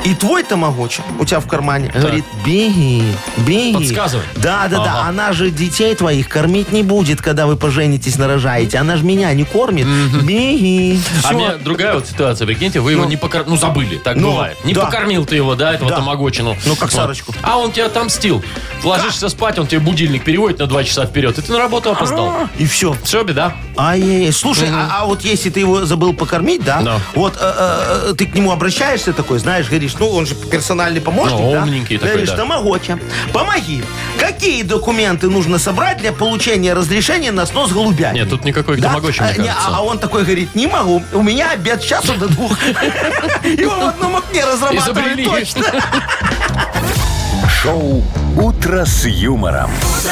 И твой тамагочи у тебя в кармане говорит, беги, беги. Подсказывай. Да, да, Ага. да. Она же детей твоих кормить не будет, когда вы поженитесь, нарожаете. Она же меня не кормит. Беги. А у Всё. меня другая вот ситуация, прикиньте, вы его не покормили, ну забыли, так Ну, бывает. Не да. покормил ты его, да, этого Да. тамагочину. Ну, как Сарочку. А он тебя отомстил. Ложишься спать, он тебе будильник переводит на два часа вперед, и ты на работу опоздал. И все. Все, беда. Ай-яй-яй. Слушай, а, а вот если ты его забыл покормить, да, Да. вот э, э, ты к нему обращаешься такой, знаешь, говоришь, ну, он же персональный помощник, Ну, да? умненький такой, Говоришь, да. тамагочи, помоги. Какие документы нужно собрать для получения разрешения на снос голубями? Нет, тут никакой Да? тамагочи, мне А, не, кажется. а он такой говорит, не могу, у меня обед с часу до двух. Его в одном окне разрабатывали Изобрели. точно. Шоу «Утро с юмором».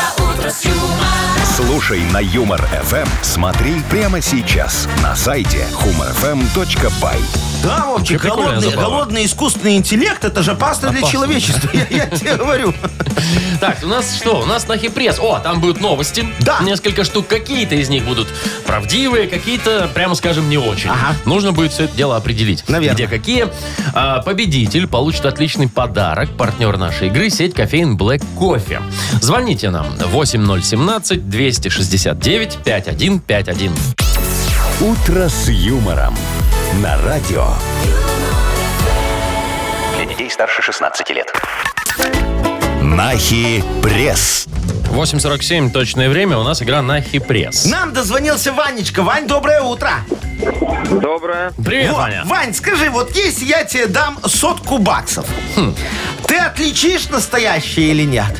Слушай на Юмор ФМ. Смотри прямо сейчас на сайте humor f m точка by. Да, Вовчик, прикольная голодный, забава. голодный искусственный интеллект, это же опасно для Опасно. человечества, я, я тебе говорю. Так, у нас что? У нас на Хипресс. О, там будут новости. Да. Несколько штук. Какие-то из них будут правдивые, какие-то, прямо скажем, не очень. Ага. Нужно будет все это дело определить. Наверное. Где какие. А, победитель получит отличный подарок. Партнер нашей игры — сеть кофеин Black Coffee. Звоните нам восемь ноль один семь двести шестьдесят девять пятьдесят один пятьдесят один. «Утро с юмором» на радио. Для детей старше шестнадцати лет. Нахи пресс. восемь сорок семь точное время. У нас игра на Хипресс. Нам дозвонился Ванечка. Вань, доброе утро. Доброе. Привет, Вот, Ваня. Вань, скажи, вот если я тебе дам сотку баксов, Хм. ты отличишь настоящее или нет?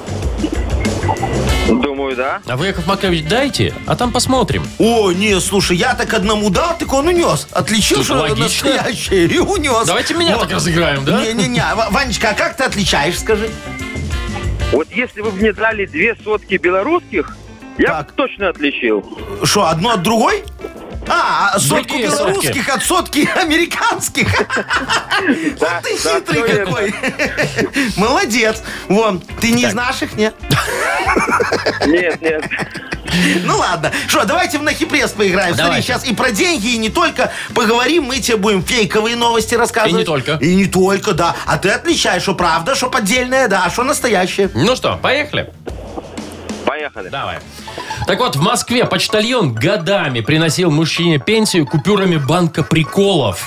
Думаю, да. А вы, Яков Маркович, дайте, а там посмотрим. О, не, слушай, я так одному дал, так он унес. Отличил, Тут что логично. настоящее, и унес. Давайте меня Вот. так разыграем, да? Не-не-не, В- Ванечка, а как ты отличаешь, скажи? Вот если вы мне дали две сотки белорусских, я Так. бы точно отличил. Что, одно от другой? А, а сотку Другие белорусских от сотки американских. Вот ты да, хитрый всё какой. Молодец. Вон, ты не из наших, не? Нет, нет. Ну ладно. Что, давайте в Нахипресс поиграем. Смотри, Давайте. сейчас и про деньги, и не только поговорим. Мы тебе будем фейковые новости рассказывать. И не только. И не только, да. А ты отличаешь, что правда, что поддельное, да, а что настоящее. Ну что, поехали? Поехали. Давай. Так вот, в Москве почтальон годами приносил мужчине пенсию купюрами банка приколов.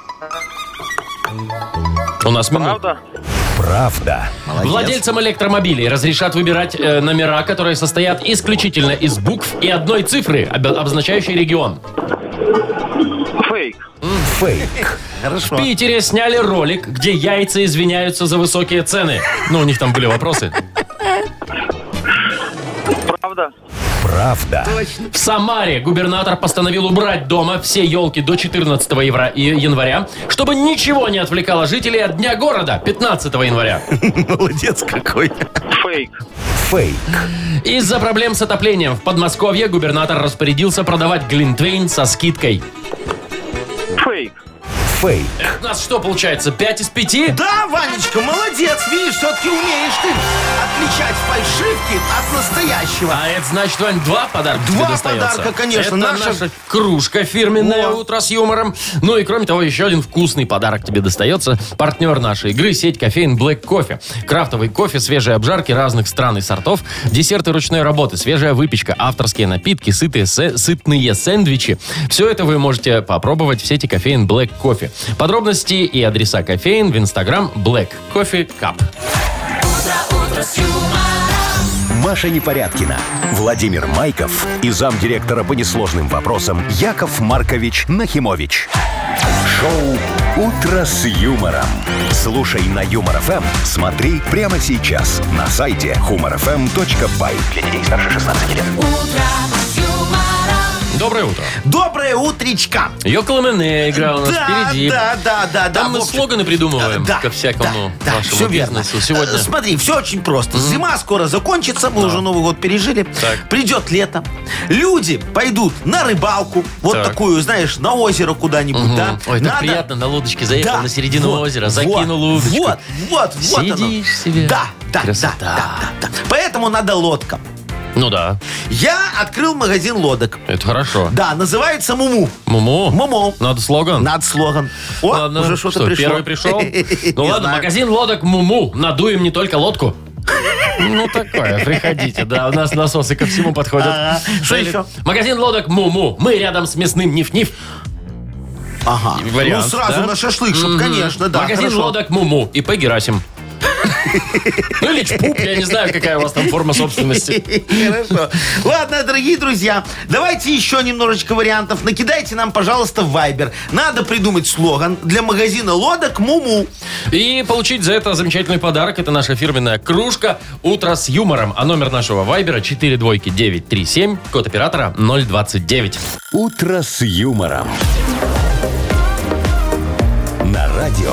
У нас минут. Правда? Правда. Владельцам электромобилей разрешат выбирать э, номера, которые состоят исключительно из букв и одной цифры, об- обозначающей регион. Фейк. Фейк. Хорошо. В Питере сняли ролик, где яйца извиняются за высокие цены. Ну, у них там были вопросы. Правда? Правда. В Самаре губернатор постановил убрать дома все елки до четырнадцатого евро- и- января, чтобы ничего не отвлекало жителей от Дня города пятнадцатого января. Молодец какой. Фейк. Фейк. Из-за проблем с отоплением в Подмосковье губернатор распорядился продавать глинтвейн со скидкой. Фейк. Фейк. У нас что получается, пять из пяти? Да, Ванечка, молодец. Видишь, все-таки умеешь ты отличать фальшивки от настоящего. А это значит, Вань, два подарка Два тебе достается. подарка, конечно. Это Наша- наша кружка фирменная Во. «Утро с юмором». Ну и кроме того, еще один вкусный подарок тебе достается. Партнер нашей игры — сеть кофеин Black Coffee. Крафтовый кофе, свежие обжарки разных стран и сортов, десерты ручной работы, свежая выпечка, авторские напитки, сытые сэ- сытные сэндвичи. Все это вы можете попробовать в сети кофеин Black Coffee. Подробности и адреса кофеин в инстаграм Black Coffee Cup. Маша Непорядкина, Владимир Майков и замдиректора по несложным вопросам Яков Маркович Нахимович. Шоу «Утро с юмором». Слушай на Юмор ФМ, смотри прямо сейчас на сайте humor f m точка by. Для детей старше шестнадцати лет. Доброе утро. Доброе утречка. Йоколомене игра у нас Да, впереди. да, да, да, да. Там мы Вовчик. слоганы придумываем Да, ко всякому да, да, вашему всё верно. бизнесу. Сегодня Э, Смотри, все очень просто. Зима скоро закончится, мы уже Новый год пережили. Так. Придет лето. Люди пойдут на рыбалку, вот Так. такую, знаешь, на озеро куда-нибудь, да. Ой, так Надо- приятно, на лодочке заехал Да, на середину вот, озера, вот, закинул удочку. Вот, вот, вот оно. Сидишь себе. Да, да, Красота. да, да, да, да. Поэтому надо лодка. Ну да, Я открыл магазин лодок. это хорошо. Да, называется Муму. Муму? Муму. Надо слоган? Над слоган. О, Ладно, уже что-то что, пришло. первый пришел? Ну Не ладно, знаю. магазин лодок Муму. Надуем не только лодку. Ну, такое, приходите, да, у нас насосы ко всему подходят. Ага. Что Или- еще? Магазин лодок Муму. Мы рядом с мясным Ниф-Ниф. Ага. Вариант, ну, сразу да? на шашлык, чтоб, Мгм. конечно, да. Магазин хорошо. лодок Муму. И П. Герасим. Ну или Чпуп, я не знаю, какая у вас там форма собственности. Хорошо. Ладно, дорогие друзья, давайте еще немножечко вариантов. Накидайте нам, пожалуйста, в Viber. Надо придумать слоган для магазина лодок Муму. И получить за это замечательный подарок. Это наша фирменная кружка «Утро с юмором». А номер нашего вайбера четыре двойки девять три семь, код оператора ноль двадцать девять. «Утро с юмором». На радио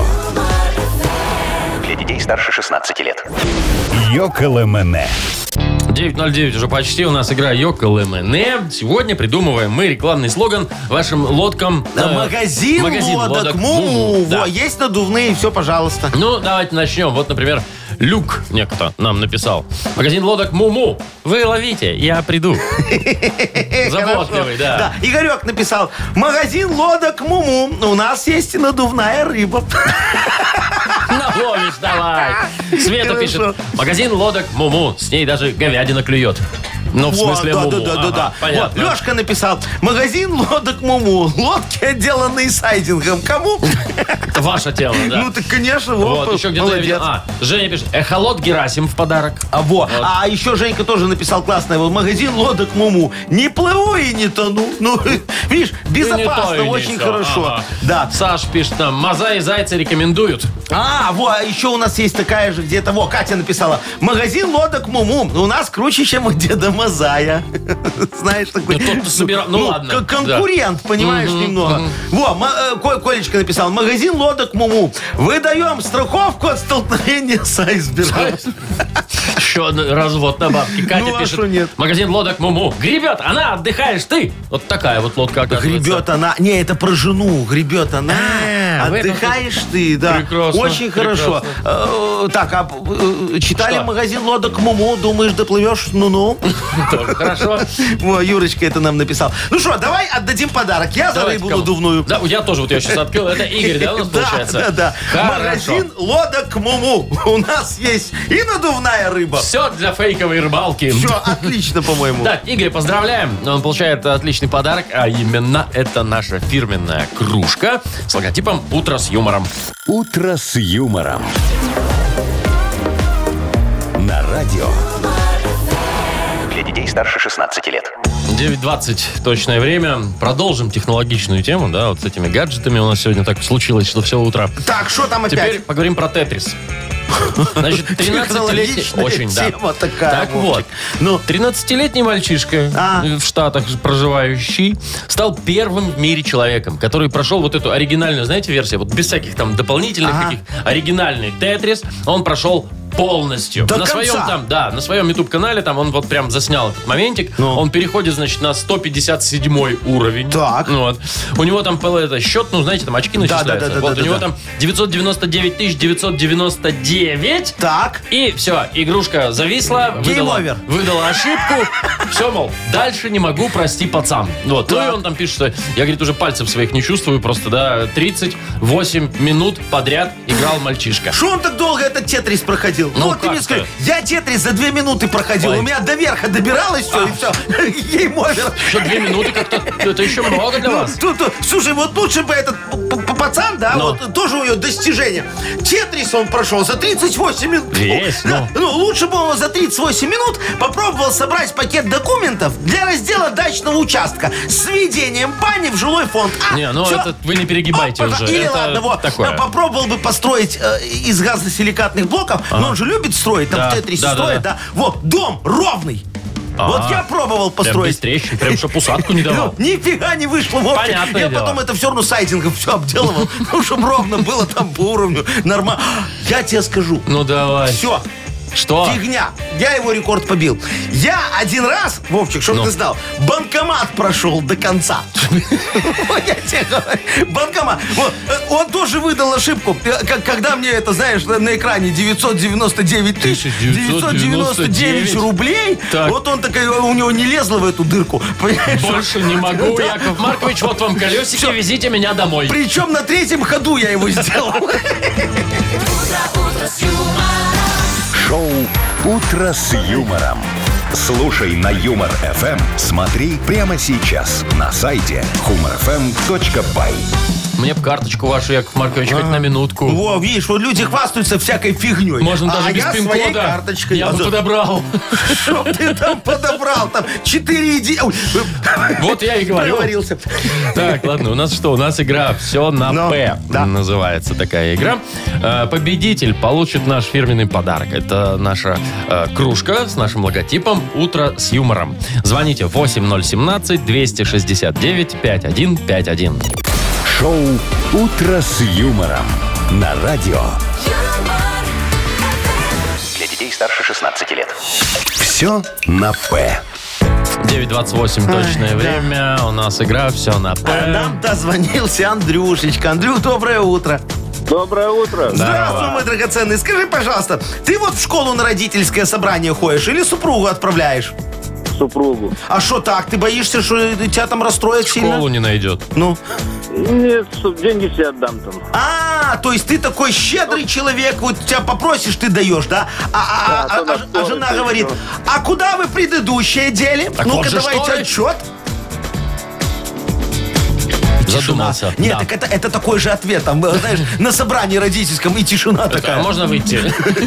Для детей старше шестнадцати лет. «Йоколэмэне». девять ноль девять уже почти. У нас игра «Йоколэмэне». Сегодня придумываем мы рекламный слоган вашим лодкам. Да, э, магазин, магазин лодок Муму. Да. Во, есть надувные, все, пожалуйста. Ну, давайте начнем. Вот, например, Люк некто нам написал. Магазин лодок Муму. Вы ловите, я приду. Заботливый, да. Да, Игорек написал: магазин лодок Муму. У нас есть и надувная рыба. Наловишь давай. Света Хорошо. пишет. Магазин лодок Муму. С ней даже говядина клюет. Ну, в Во, смысле да, Муму. да, да, да, Ага, да. понятно. Вот, Лешка написал: магазин лодок Муму. Лодки, отделанные сайдингом. Кому? Это ваше тело, да. Ну, так, конечно, Вот, вот, еще где-то я молодец. видел. А, Женя пишет. Эхолот Герасим в подарок. А, во. а еще Женька тоже написал классное. Вот магазин лодок Муму. Не плыву и не тону. Ну, видишь, безопасно, И не то, и не очень сё. хорошо. Ага. Да. Саш пишет нам. Маза и зайца рекомендуют. А, во, а еще у нас есть такая же где-то. Во, Катя написала: магазин лодок Муму. У нас круче, чем у Деда Мазая. Знаешь, такой... Ну, тот, кто собирал- ну, ладно, к- Конкурент, понимаешь, Мгм, немного. Во, ма- э, Ко- Колечка написал: магазин лодок Муму. Выдаем страховку от столкновения с айсбергом. Еще один развод на бабки. Катя Ну, а пишет. шо нет? Магазин лодок Муму. Гребет, она, отдыхаешь ты. Вот такая вот лодка, оказывается. Гребет она... Не, это про жену. Гребет она. А, в этом Отдыхаешь ты, да. Прекрасно, Очень хорошо. Э, Так, а э, читали Что? магазин лодок Муму? Думаешь, доплывешь? Ну-ну. Тоже хорошо. Во, Юрочка это нам написал. Ну что, давай отдадим подарок. Я за Давайте рыбу кому? надувную. Да, я тоже, вот я сейчас открыл. Это Игорь, да, у нас Да, получается? да, да. Хорошо. Магазин лодок Муму. У нас есть и надувная рыба. Все для фейковой рыбалки. Все отлично, по-моему. Так, Игорь, поздравляем. Он получает отличный подарок, а именно это наша фирменная кружка с логотипом «Утро с юмором». «Утро с юмором». На радио Для детей старше шестнадцати лет. девять двадцать точное время. Продолжим технологичную тему, да, вот с этими гаджетами у нас сегодня так случилось, что все утро. Так, что там опять? Теперь поговорим про Тетрис. Значит, тринадцатилетний... Технологичная Очень, да. тема такая, Так вот, Вовчик. Ну, тринадцатилетний мальчишка А. в Штатах проживающий стал первым в мире человеком, который прошел вот эту оригинальную, знаете, версию, вот без всяких там дополнительных Ага. каких, оригинальный Тетрис, он прошел полностью. До на конца? своем там, да, на своем YouTube-канале там он вот прям заснял этот моментик. Ну. Он переходит, значит, на сто пятьдесят седьмой уровень. Так. Вот. У него там пл- это, счет, ну, знаете, там очки начисляются. да, да, вот да, у него да. там девятьсот девяносто девять тысяч девятьсот девяносто девять. так. И все, игрушка зависла, Game выдала, over. выдала ошибку. Все, мол, дальше не могу, прости, пацан. Вот. Ну и Так. он там пишет, что я, говорит, уже пальцев своих не чувствую, просто, да, тридцать восемь минут подряд играл мальчишка. Что он так долго этот тетрис проходил? Ну, вот ты мне как-то. скажи, я тетрис за две минуты проходил, Ой. у меня до верха добиралось все, и все. Гейм-овер. Еще две минуты как-то, это еще много для Ну, вас. тут, тут, слушай, вот лучше бы этот п- п- пацан, да, Ну. вот тоже у него достижение. Тетрис он прошел за тридцать восемь минут. Есть, Да, ну, лучше бы он за тридцать восемь минут попробовал собрать пакет документов для раздела дачного участка с введением бани в жилой фонд. А, Не, ну всё. это вы не перегибайте Оп, уже. Или Это ладно, вот, такое. ну, попробовал бы построить э, из газосиликатных блоков, но он же любит строить, там Да, в Тетрисе да, да, строит, да. да. Вот, дом ровный. Вот Ага. я пробовал Прям без построить. трещин, прям чтоб усадку не давал. Ну, нифига не вышло, Вовчик. Понятное Я дело. потом это все равно сайдингом все обделывал, ну, чтобы ровно было там по уровню. Нормально. Я тебе скажу. Ну давай. Все. Что? Фигня. Я его рекорд побил. Я один раз, Вовчик, чтобы Ну. ты знал, банкомат прошел до конца. Я тебе говорю. Банкомат. Вот, э, Он тоже выдал ошибку. Э, как- Когда мне это, знаешь, на на экране девятьсот девяносто девять тысяч девятьсот девяносто девять рублей, Так. вот он такой, у него не лезло в эту дырку. Понимаешь? Больше не могу, Яков Маркович, вот вам колесики, везите меня домой. Причем на третьем ходу я его сделал. Шоу «Утро с юмором». Слушай на Юмор эф эм. Смотри прямо сейчас на сайте humor f m точка by. Мне б карточку вашу, Яков Маркович, хоть на минутку. Во, видишь, вот люди хвастаются всякой фигней. Можно а даже без я своей пин-кода. карточкой. Я А бы за- подобрал. Что ты там подобрал? Там четыре иди... Ой, Вот я и говорю. проговорился. Так, ладно, у нас что? У нас игра «Все на Ну, П». да. Называется такая игра. Э, Победитель получит наш фирменный подарок. Это наша э, кружка с нашим логотипом «Утро с юмором». Звоните восемь ноль семнадцать двести шестьдесят девять пятьдесят один пятьдесят один. Шоу «Утро с юмором» на радио. Для детей старше шестнадцати лет. Все на «П». девять двадцать восемь точное да. время. У нас игра «Все на А П». нам дозвонился Андрюшечка. Андрюх, доброе утро. Доброе утро. Здравствуй, мой драгоценный. Скажи, пожалуйста, ты вот в школу на родительское собрание ходишь или супругу отправляешь? Супругу. А что так? Ты боишься, что тебя там расстроят сильно? Школу не найдет. Ну. Нет, чтоб деньги все отдам там. А, то есть ты такой щедрый человек, вот тебя попросишь, ты даешь, да? А, а- Да, а- то а- на а второй, жена то говорит, еще. а куда вы предыдущее дели? Так Ну-ка, вот же давайте что. отчет. Задумался. Нет, Да. так это, это такой же ответ, там, знаешь, на собрании родительском и тишина А такая. можно выйти?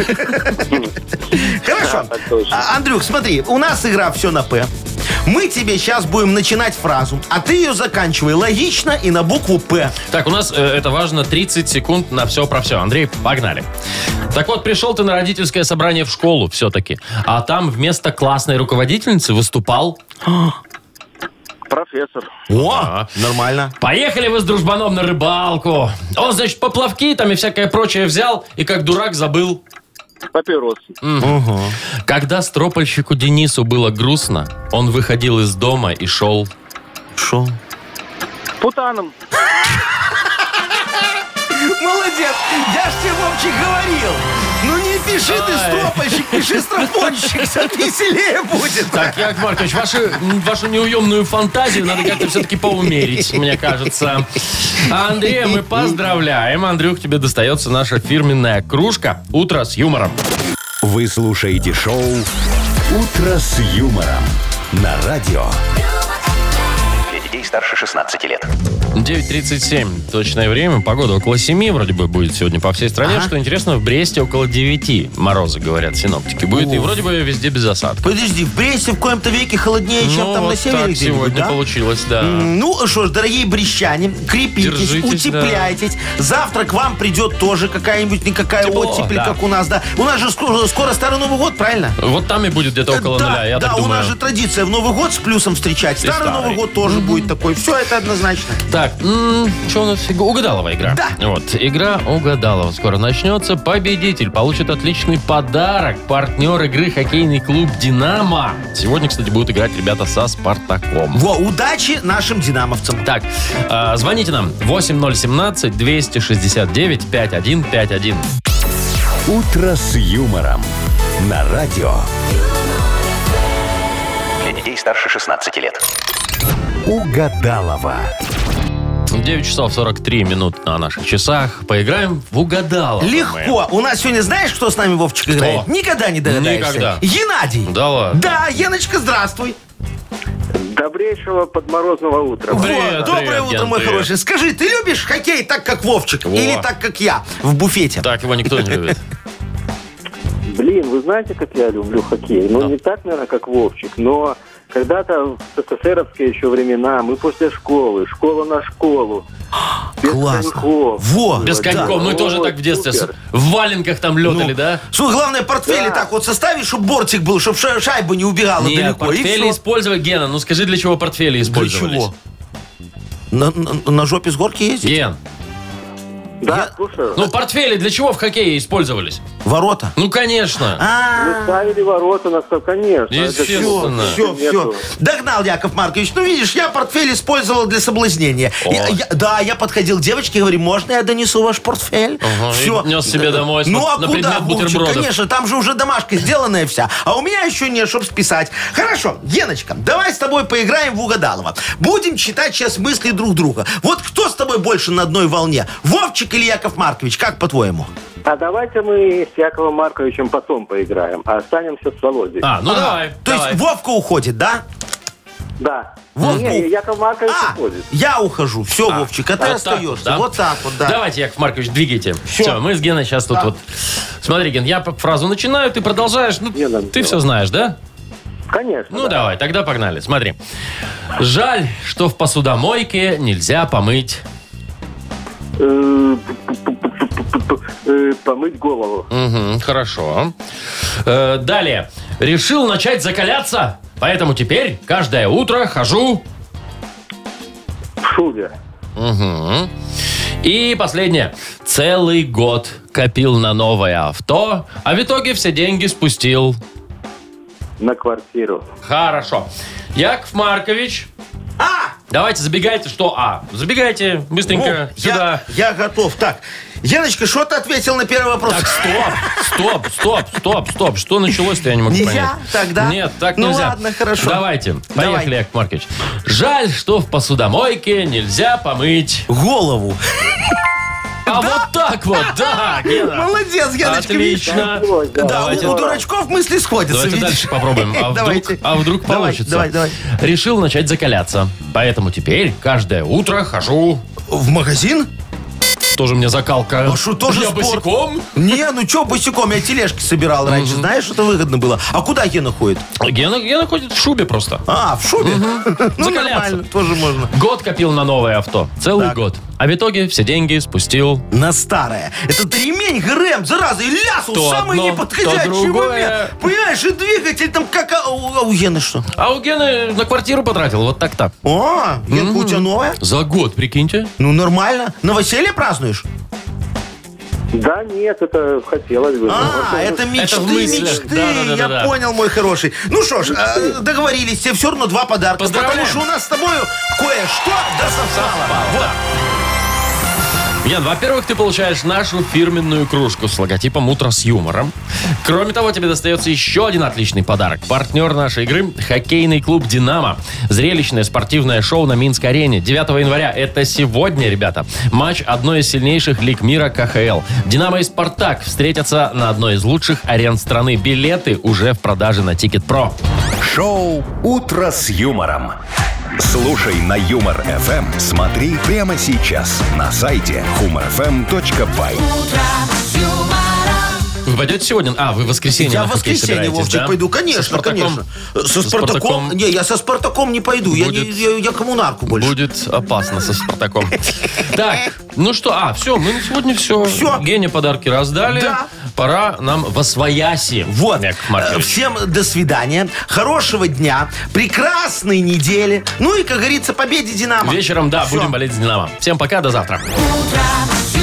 Хорошо. так точно. А, Андрюх, смотри, у нас игра «Все на П». Мы тебе сейчас будем начинать фразу, а ты ее заканчивай логично и на букву «П». Так, у нас, э, это важно, тридцать секунд на все про все. Андрей, погнали. Так вот, пришел ты на родительское собрание в школу все-таки, а там вместо классной руководительницы выступал... Профессор. О, Ага. нормально. Поехали вы с дружбаном на рыбалку. Он, значит, поплавки там и всякое прочее взял, и как дурак забыл. Папирос. Когда стропольщику Денису было грустно, он выходил из дома и шел... Шо? Путаном. Молодец! Я ж тебе, Вовчик, говорил! Ну не пиши ты Ай. стропольщик, пиши стропольщик, так веселее будет. Так, Яков Маркович, вашу, м, вашу неуемную фантазию надо как-то все-таки поумерить, мне кажется. А Андрея мы поздравляем. Андрюх, тебе достается наша фирменная кружка «Утро с юмором». Вы слушаете шоу «Утро с юмором» на радио. Для детей старше шестнадцати лет. девять тридцать семь точное время. Погода около семи вроде бы будет сегодня по всей стране. Ага. Что интересно, в Бресте около девяти мороза, говорят синоптики. Будет и Уф. вроде бы везде без осадков. Подожди, в Бресте в коем-то веке холоднее, чем Ну, там вот на севере так где-нибудь, сегодня да? получилось, да. М, Ну что ж, дорогие брещане, крепитесь, Держитесь, утепляйтесь. Завтра к вам придет тоже какая-нибудь никакая Тепло, оттепель, да. как у нас, да. У нас же скоро, скоро Старый Новый год, правильно? Вот там и будет где-то около да, нуля, я да, так у думаю. нас же традиция в Новый год с плюсом встречать. Старый, старый. Новый год тоже будет такой. Все это однозначно. Так, что у нас? Фиг- Угадалова игра. Да. Вот, игра Угадалова скоро начнется. Победитель получит отличный подарок. Партнер игры хоккейный клуб «Динамо». Сегодня, кстати, будут играть ребята со «Спартаком». Во, удачи нашим динамовцам. Так, э, звоните нам восемь ноль семнадцать двести шестьдесят девять пятьдесят один пятьдесят один. «Утро с юмором» на радио. Для детей старше шестнадцати лет. Угадалова. девять часов сорок три минуты на наших часах. Поиграем в Угадалова. мы. Легко. У нас сегодня знаешь, кто с нами, Вовчик, играет? Никогда не догадаешься. Никогда. Геннадий. Да ладно? Да, Яночка, здравствуй. Добрейшего подморозного утра. Привет, Вот, доброе привет, утро, Ген, мой привет. хороший. Скажи, ты любишь хоккей так, как Вовчик? Во. Или так, как я в буфете? Так, его никто не любит. Блин, вы знаете, как я люблю хоккей? Ну, Да. не так, наверное, как Вовчик, но когда-то в СССРовские еще времена мы после школы, школа на школу, без Классно. коньков. Во. Без да. коньков. Мы Ой, тоже так в детстве с- супер. в валенках там летали, Ну, да? Слушай, главное, портфели Да. так вот составить, чтобы бортик был, чтобы шайба не убегала Нет, далеко. И портфели все. использовать, Гена. Ну скажи, для чего портфели Для использовались? чего? На, на- на жопе с горки ездить? Ген, Да, Я- слушаю. ну портфели для чего в хоккее использовались? Ворота? Ну, конечно. А, Мы ставили ворота на стол, конечно. Естественно. все, все. Нету. Догнал, Яков Маркович. Ну, видишь, я портфель использовал для соблазнения. О. Я- я- да, я подходил к девочке и говорю, можно я донесу ваш портфель? Ага, Все. и нес себе домой с- Ну, а на куда, предмет Вовчик? бутербродов. Конечно, там же уже домашка сделанная вся. А у меня еще нет, чтобы списать. Хорошо, Геночка, давай с тобой поиграем в угадалово. Будем читать сейчас мысли друг друга. Вот кто с тобой больше на одной волне? Вовчик или Яков Маркович? Как по-твоему? А давайте мы с Яковом Марковичем потом поиграем, а останемся с Володей. А, ну Ага. давай. То давай. есть Вовка уходит, да? Да. Вовку. Не, Яков Маркович А, уходит. я ухожу. Все, А, Вовчик, а ты вот так остаешься. вот, да? Вот так вот, да. Давайте, Яков Маркович, двигайте. Всё. Все, мы с Геной сейчас тут Да. вот... Смотри, Ген, я фразу начинаю, ты продолжаешь. Ну, Не надо ты делать. все знаешь, да? Конечно. Ну, да. давай, тогда погнали. Смотри. Жаль, что в посудомойке нельзя помыть... Э, э, Помыть голову. Угу, хорошо. Э, далее. Решил начать закаляться, поэтому теперь каждое утро хожу... В шубе. Угу. И последнее. Целый год копил на новое авто, а в итоге все деньги спустил. На квартиру. Хорошо. Яков Маркович, А! давайте забегайте, что А. Забегайте быстренько Ну, сюда. Я, я готов. Так, Яночка, что ты ответил на первый вопрос? Так, стоп, стоп, стоп, стоп, стоп. Что началось-то, я не могу Нельзя понять. тогда? Нет, так Ну нельзя. ладно, хорошо. Давайте, Давай. поехали, Яков Маркович. Жаль, что в посудомойке нельзя помыть. Голову. А вот так вот, да, Гена. Молодец, Яночка. видишь? Отлично. Да, Да, Давайте. у, у дурачков мысли сходятся, Давайте видишь? дальше попробуем. А вдруг, Давайте. а вдруг Давай, получится? давай, давай. Решил начать закаляться. Поэтому теперь каждое утро хожу. В магазин? Тоже мне закалка. А что, тоже Я спорт? босиком? Не, ну что босиком? Я тележки собирал раньше. Знаешь, это выгодно было. А куда Гена ходит? Гена, Гена ходит в шубе просто. А, в шубе? Ну, Закаляться. нормально, тоже можно. Год копил на новое авто. Целый Так. год. А в итоге все деньги спустил. На старое. Этот ремень ГРМ, зараза, и лясул в То самый одно, неподходящий то другое. момент. Понимаешь, и двигатель там как... А у, а у Гены что? А у Гены на квартиру потратил. Вот так-то. О, Генка, у тебя новая? За год, прикиньте. Ну, нормально. Новоселье празднуешь? Да нет, это хотелось бы. А, это мечты, Это в мыслях. мечты. Да-да-да-да-да. Я понял, мой хороший. Ну что ж, э, договорились, тебе все равно два подарка. Поздравляем. Потому что у нас с тобой кое-что да совпало. Вот. Ян, во-первых, ты получаешь нашу фирменную кружку с логотипом «Утро с юмором». Кроме того, тебе достается еще один отличный подарок. Партнер нашей игры – хоккейный клуб «Динамо». Зрелищное спортивное шоу на Минск-арене. девятого января. Это сегодня, ребята. Матч одной из сильнейших лиг мира ка ха эл. «Динамо» и «Спартак» встретятся на одной из лучших арен страны. Билеты уже в продаже на Тикет.Про. Шоу «Утро с юмором». Слушай на Юмор эф эм. Смотри прямо сейчас на сайте humor эф эм точка бай. Вы пойдете сегодня? А, вы в воскресенье Я на в хоккей воскресенье, собираетесь, Вовчик, да? пойду. Со Конечно, «Спартаком»? конечно. Со, Со Спартаком? «Спартаком»? Не, я со Спартаком не пойду. Я, не- Будет- я, я коммунарку больше. Будет опасно со Спартаком. Так, ну что, а, все, мы на сегодня все. Всё. Гене подарки раздали. Да. Пора нам восвояси. Вот. Яков Маркович. Э, Всем до свидания. Хорошего дня. Прекрасной недели. Ну и, как говорится, победе Динамо. Вечером, да, Всё. будем болеть за «Динамо». Всем пока, до завтра. Утро с